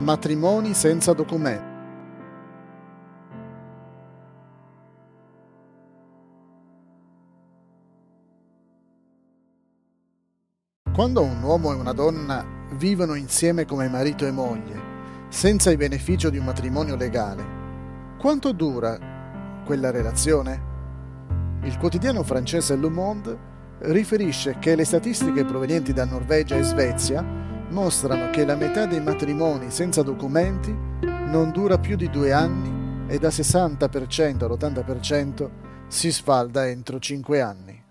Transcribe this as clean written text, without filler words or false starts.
Matrimoni senza documenti. Quando un uomo e una donna vivono insieme come marito e moglie, senza il beneficio di un matrimonio legale, quanto dura quella relazione? Il quotidiano francese Le Monde riferisce che le statistiche provenienti da Norvegia e Svezia mostrano che la metà dei matrimoni senza documenti non dura più di 2 anni e da 60% all'80% si sfalda entro 5 anni.